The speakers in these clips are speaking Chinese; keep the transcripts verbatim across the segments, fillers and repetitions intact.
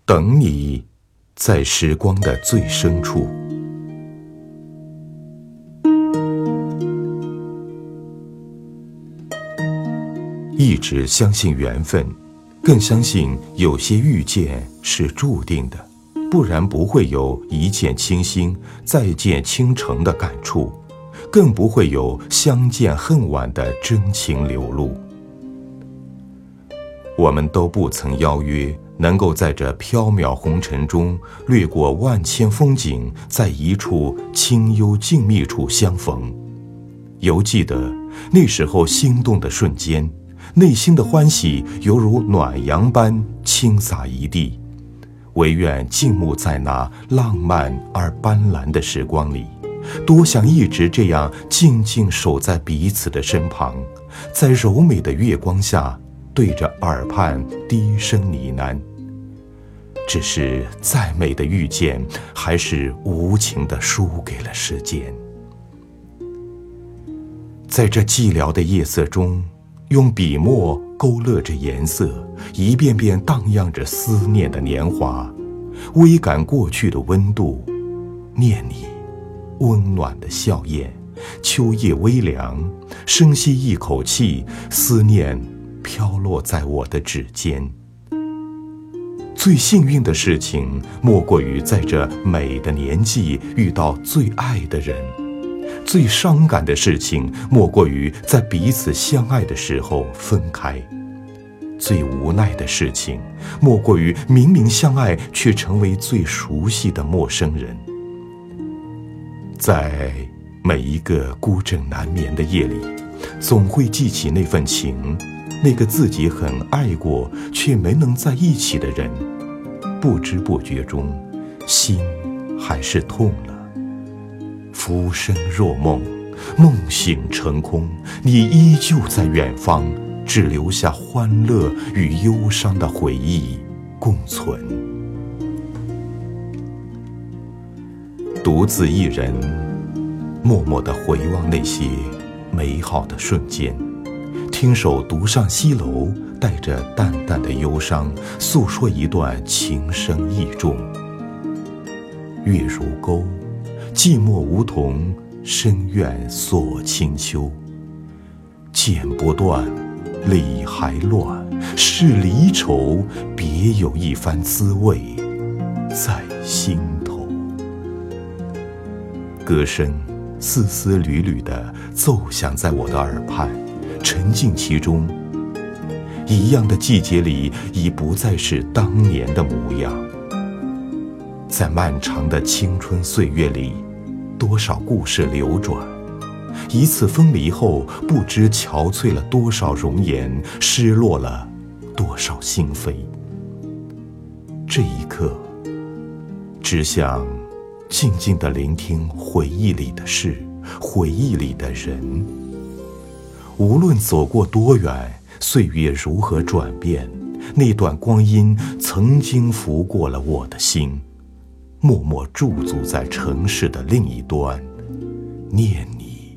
等你在时光的最深处。一直相信缘分，更相信有些遇见是注定的，不然不会有一见倾心再见倾城的感触，更不会有相见恨晚的真情流露。我们都不曾邀约能够在这缥缈红尘中掠过万千风景，在一处清幽静谧处相逢。犹记得那时候心动的瞬间，内心的欢喜犹如暖阳般倾洒一地，唯愿静沐在那浪漫而斑斓的时光里，多想一直这样静静守在彼此的身旁，在柔美的月光下对着耳畔低声呢喃。只是再美的遇见，还是无情地输给了时间。在这寂寥的夜色中，用笔墨勾勒着颜色，一遍遍荡漾着思念的年华，微感过去的温度，念你温暖的笑靥。秋夜微凉，深吸一口气，思念飘落在我的指尖。最幸运的事情，莫过于在这美的年纪遇到最爱的人；最伤感的事情，莫过于在彼此相爱的时候分开；最无奈的事情，莫过于明明相爱，却成为最熟悉的陌生人。在每一个孤枕难眠的夜里，总会记起那份情，那个自己很爱过却没能在一起的人，不知不觉中，心还是痛了。浮生若梦，梦醒成空，你依旧在远方，只留下欢乐与忧伤的回忆共存。独自一人，默默地回望那些美好的瞬间，听首独上西楼，带着淡淡的忧伤，诉说一段情深意重。月如钩，寂寞梧桐，深院锁清秋。剪不断，理还乱，是离愁，别有一番滋味在心头。歌声丝丝缕缕地奏响在我的耳畔，沉浸其中。一样的季节里，已不再是当年的模样。在漫长的青春岁月里，多少故事流转，一次分离后，不知憔悴了多少容颜，失落了多少心扉。这一刻，只想静静地聆听回忆里的事，回忆里的人。无论走过多远，岁月如何转变，那段光阴曾经拂过了我的心，默默驻足在城市的另一端，念你。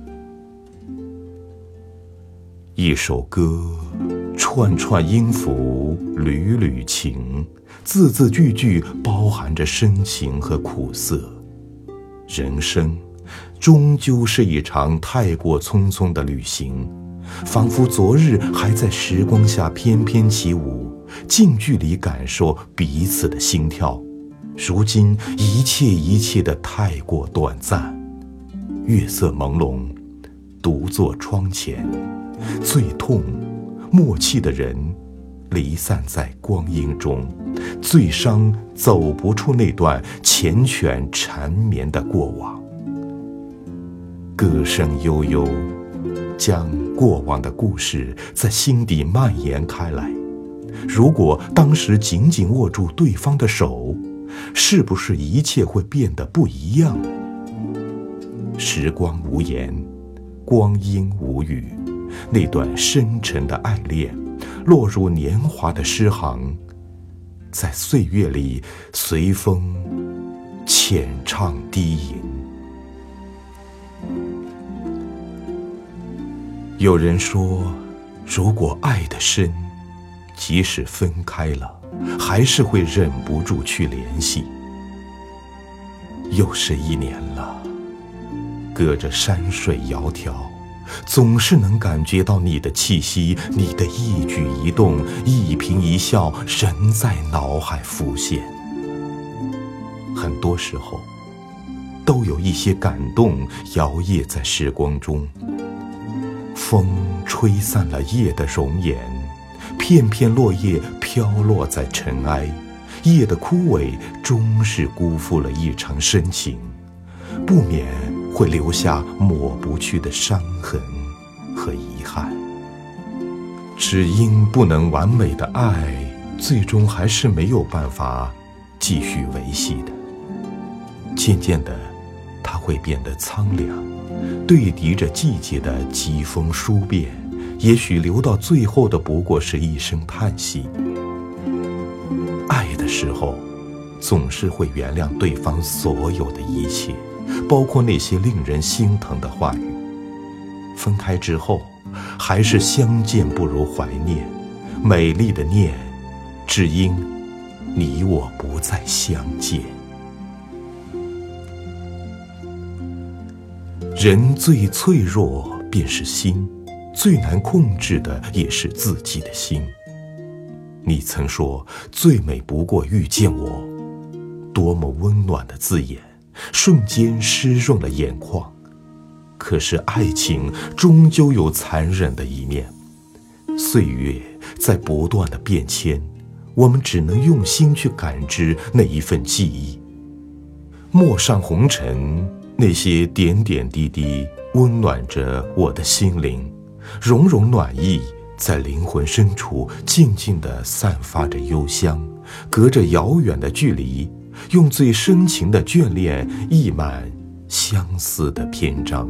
一首歌，串串音符，缕缕情，字字句句包含着深情和苦涩。人生终究是一场太过匆匆的旅行，仿佛昨日还在时光下翩翩起舞，近距离感受彼此的心跳。如今一切一切的太过短暂，月色朦胧，独坐窗前，最痛默契的人离散在光阴中，最伤走不出那段缱绻缠绵的过往。歌声悠悠，将过往的故事在心底蔓延开来。如果当时紧紧握住对方的手，是不是一切会变得不一样？时光无言，光阴无语，那段深沉的爱恋，落入年华的诗行，在岁月里随风浅唱低吟。有人说，如果爱得深，即使分开了， 还是会忍不住去联系。又是一年了，隔着山水窈窕，总是能感觉到你的气息，你的一举一动，一颦一笑，仍在脑海浮现。很多时候，都有一些感动摇曳在时光中。风吹散了叶的容颜，片片落叶飘落在尘埃，叶的枯萎终是辜负了一场深情，不免会留下抹不去的伤痕和遗憾。只因不能完美的爱，最终还是没有办法继续维系的。渐渐的，它会变得苍凉，对敌着季节的疾风书变，也许留到最后的不过是一声叹息。爱的时候，总是会原谅对方所有的一切，包括那些令人心疼的话语。分开之后，还是相见不如怀念，美丽的念，只因你我不再相见。人最脆弱便是心，最难控制的也是自己的心。你曾说最美不过遇见我，多么温暖的字眼，瞬间湿润了眼眶。可是爱情终究有残忍的一面，岁月在不断的变迁，我们只能用心去感知那一份记忆。陌上红尘，那些点点滴滴温暖着我的心灵，融融暖意在灵魂深处静静地散发着幽香，隔着遥远的距离，用最深情的眷恋溢满相思的篇章。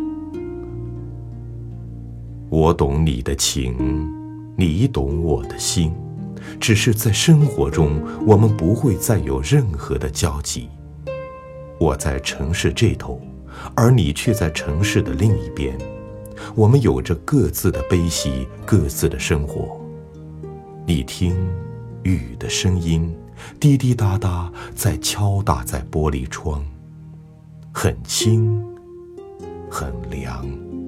我懂你的情，你懂我的心，只是在生活中，我们不会再有任何的交集。我在城市这头，而你却在城市的另一边。我们有着各自的悲喜，各自的生活。你听雨的声音，滴滴答答在敲打在玻璃窗，很轻，很凉。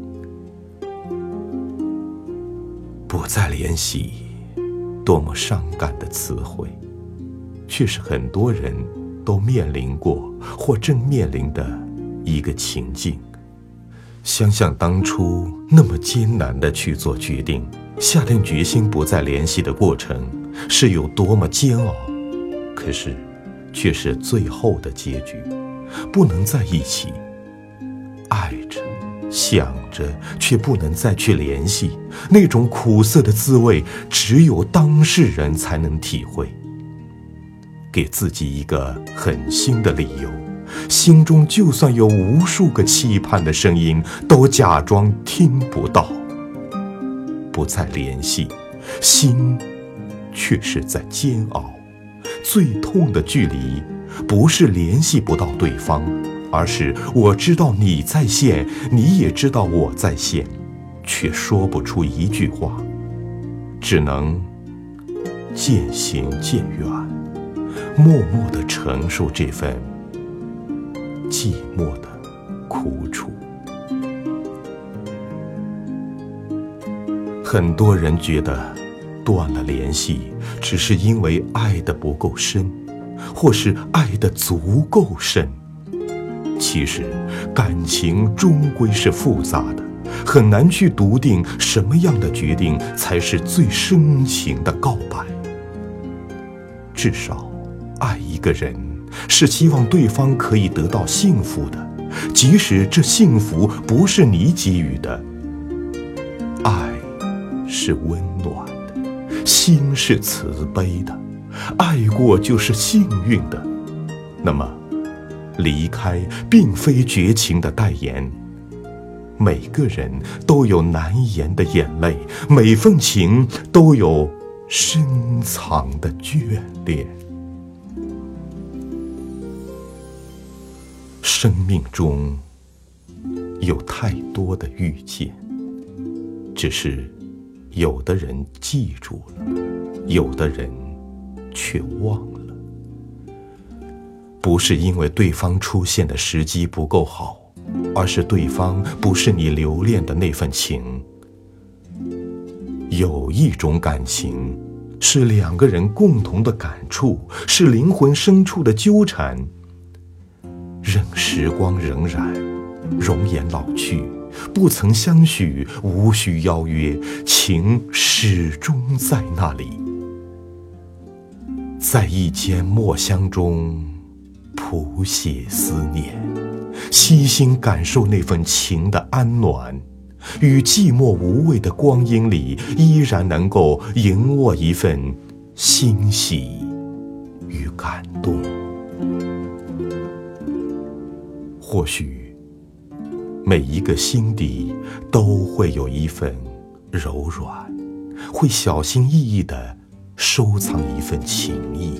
不再联系，多么伤感的词汇，却是很多人都面临过或正面临的一个情境。想想当初那么艰难地去做决定，下定决心不再联系的过程是有多么煎熬，可是却是最后的结局，不能在一起，爱着想着却不能再去联系，那种苦涩的滋味只有当事人才能体会。给自己一个狠心的理由，心中就算有无数个期盼的声音，都假装听不到。不再联系，心却是在煎熬。最痛的距离，不是联系不到对方，而是我知道你在线，你也知道我在线，却说不出一句话，只能渐行渐远，默默地承受这份寂寞的苦楚。很多人觉得断了联系，只是因为爱得不够深，或是爱得足够深。其实感情终归是复杂的，很难去笃定什么样的决定才是最深情的告白。至少爱一个人是希望对方可以得到幸福的，即使这幸福不是你给予的。爱是温暖的，心是慈悲的，爱过就是幸运的。那么离开并非绝情的代言，每个人都有难言的眼泪，每份情都有深藏的眷恋。生命中有太多的遇见，只是有的人记住了，有的人却忘了。不是因为对方出现的时机不够好，而是对方不是你留恋的那份情。有一种感情，是两个人共同的感触，是灵魂深处的纠缠。任时光荏苒，容颜老去，不曾相许，无需邀约，情始终在那里。在一间墨香中谱写思念，悉心感受那份情的安暖，与寂寞无味的光阴里，依然能够赢握一份欣喜与感动。或许每一个心底都会有一份柔软，会小心翼翼地收藏一份情谊。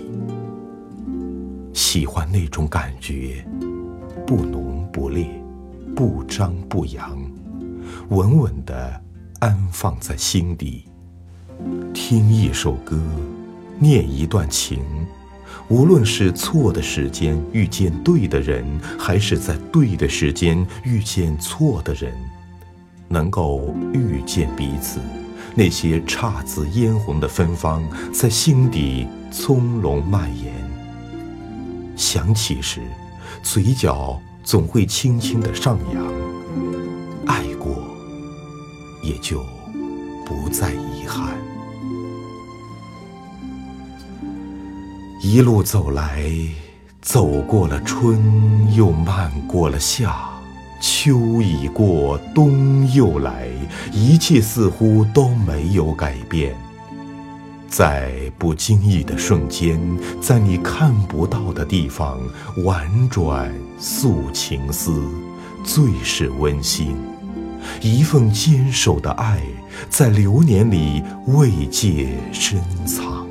喜欢那种感觉，不浓不烈，不张不扬，稳稳地安放在心底。听一首歌，念一段情，无论是错的时间遇见对的人，还是在对的时间遇见错的人，能够遇见彼此，那些姹紫嫣红的芬芳在心底从容蔓延。想起时，嘴角总会轻轻地上扬，爱过也就不再遗憾。一路走来，走过了春，又漫过了夏，秋已过，冬又来，一切似乎都没有改变。在不经意的瞬间，在你看不到的地方，婉转诉情思，最是温馨。一份坚守的爱，在流年里未界深藏。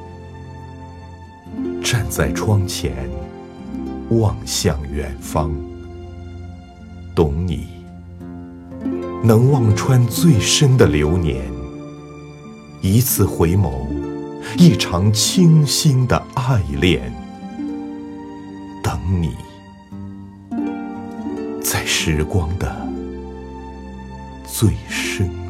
站在窗前，望向远方，懂你，能望穿最深的流年。一次回眸，一场倾心的爱恋，等你，在时光的最深